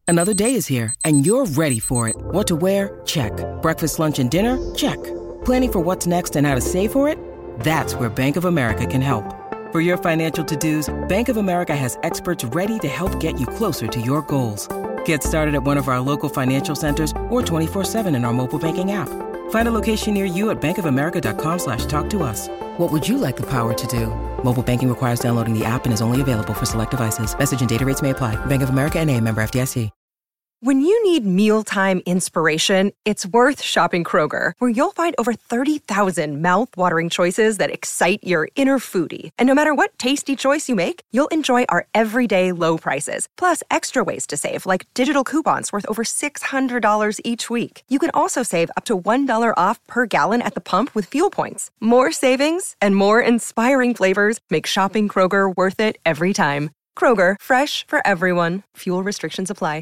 Another day is here, and you're ready for it. What to wear? Check. Breakfast, lunch, and dinner? Check. Planning for what's next and how to save for it? That's where Bank of America can help. For your financial to-dos, Bank of America has experts ready to help get you closer to your goals. Get started at one of our local financial centers or 24/7 in our mobile banking app. Find a location near you at bankofamerica.com/talktous. What would you like the power to do? Mobile banking requires downloading the app and is only available for select devices. Message and data rates may apply. Bank of America N.A., member FDIC. When you need mealtime inspiration, it's worth shopping Kroger, where you'll find over 30,000 mouth-watering choices that excite your inner foodie. And no matter what tasty choice you make, you'll enjoy our everyday low prices, plus extra ways to save, like digital coupons worth over $600 each week. You can also save up to $1 off per gallon at the pump with fuel points. More savings and more inspiring flavors make shopping Kroger worth it every time. Kroger, fresh for everyone. Fuel restrictions apply.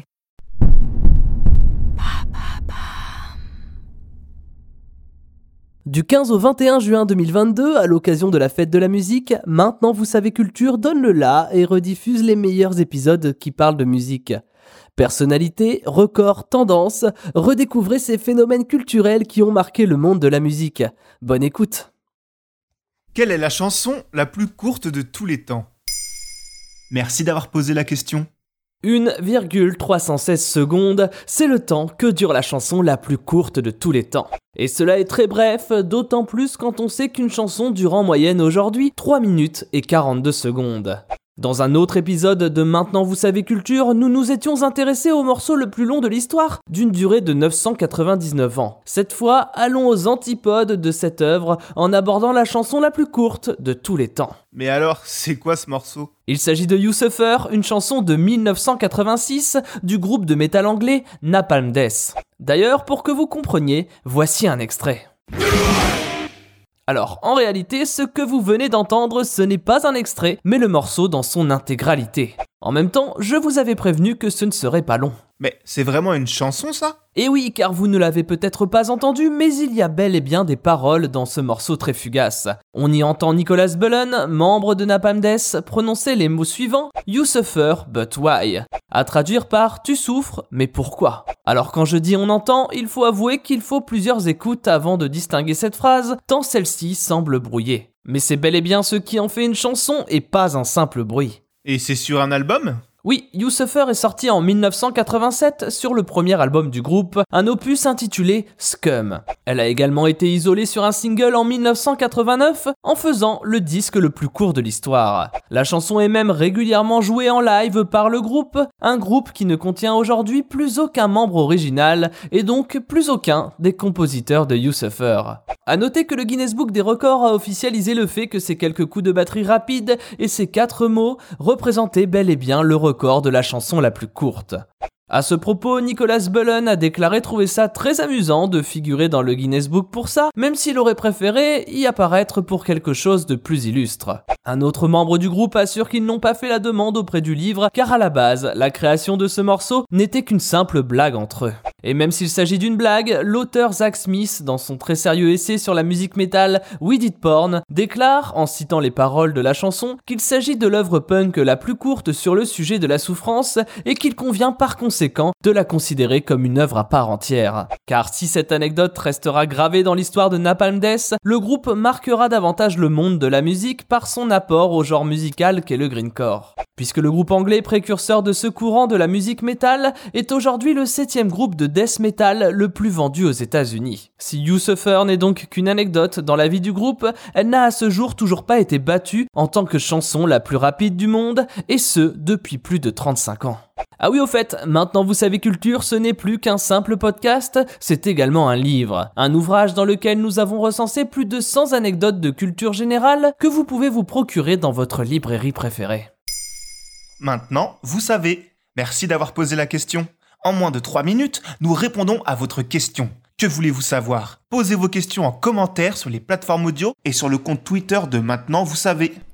Du 15 au 21 juin 2022, à l'occasion de la fête de la musique, Maintenant Vous Savez Culture donne le la et rediffuse les meilleurs épisodes qui parlent de musique. Personnalités, records, tendances, redécouvrez ces phénomènes culturels qui ont marqué le monde de la musique. Bonne écoute. Quelle est la chanson la plus courte de tous les temps ? Merci d'avoir posé la question. 1,316 secondes, c'est le temps que dure la chanson la plus courte de tous les temps. Et cela est très bref, d'autant plus quand on sait qu'une chanson dure en moyenne aujourd'hui 3 minutes et 42 secondes. Dans un autre épisode de Maintenant Vous Savez Culture, nous nous étions intéressés au morceau le plus long de l'histoire, d'une durée de 999 ans. Cette fois, allons aux antipodes de cette œuvre en abordant la chanson la plus courte de tous les temps. Mais alors, c'est quoi ce morceau ? Il s'agit de You Suffer, une chanson de 1986 du groupe de métal anglais Napalm Death. D'ailleurs, pour que vous compreniez, voici un extrait. Alors, en réalité, ce que vous venez d'entendre, ce n'est pas un extrait, mais le morceau dans son intégralité. En même temps, je vous avais prévenu que ce ne serait pas long. Mais c'est vraiment une chanson, ça ? Et oui, car vous ne l'avez peut-être pas entendu, mais il y a bel et bien des paroles dans ce morceau très fugace. On y entend Nicholas Bullen, membre de Napalm Death, prononcer les mots suivants « You suffer, but why ?» à traduire par « Tu souffres, mais pourquoi ?» Alors quand je dis « on entend », il faut avouer qu'il faut plusieurs écoutes avant de distinguer cette phrase, tant celle-ci semble brouillée. Mais c'est bel et bien ce qui en fait une chanson et pas un simple bruit. Et c'est sur un album ? Oui, You Suffer est sorti en 1987 sur le premier album du groupe, un opus intitulé Scum. Elle a également été isolée sur un single en 1989 en faisant le disque le plus court de l'histoire. La chanson est même régulièrement jouée en live par le groupe, un groupe qui ne contient aujourd'hui plus aucun membre original et donc plus aucun des compositeurs de You Suffer. A noter que le Guinness Book des records a officialisé le fait que ces quelques coups de batterie rapides et ces 4 mots représentaient bel et bien le record de la chanson la plus courte. À ce propos, Nicholas Bullen a déclaré trouver ça très amusant de figurer dans le Guinness Book pour ça, même s'il aurait préféré y apparaître pour quelque chose de plus illustre. Un autre membre du groupe assure qu'ils n'ont pas fait la demande auprès du livre, car à la base, la création de ce morceau n'était qu'une simple blague entre eux. Et même s'il s'agit d'une blague, l'auteur Zach Smith, dans son très sérieux essai sur la musique métal We Did Porn, déclare, en citant les paroles de la chanson, qu'il s'agit de l'œuvre punk la plus courte sur le sujet de la souffrance et qu'il convient par conséquent de la considérer comme une œuvre à part entière. Car si cette anecdote restera gravée dans l'histoire de Napalm Death, le groupe marquera davantage le monde de la musique par son apport au genre musical qu'est le grindcore. Puisque le groupe anglais précurseur de ce courant de la musique métal est aujourd'hui le 7e groupe de death metal le plus vendu aux États-Unis. Si You Suffer n'est donc qu'une anecdote dans la vie du groupe, elle n'a à ce jour toujours pas été battue en tant que chanson la plus rapide du monde, et ce depuis plus de 35 ans. Ah oui, au fait, Maintenant Vous Savez Culture, ce n'est plus qu'un simple podcast, c'est également un livre. Un ouvrage dans lequel nous avons recensé plus de 100 anecdotes de culture générale que vous pouvez vous procurer dans votre librairie préférée. Maintenant, vous savez. Merci d'avoir posé la question. En moins de 3 minutes, nous répondons à votre question. Que voulez-vous savoir ? Posez vos questions en commentaire sur les plateformes audio et sur le compte Twitter de Maintenant Vous Savez.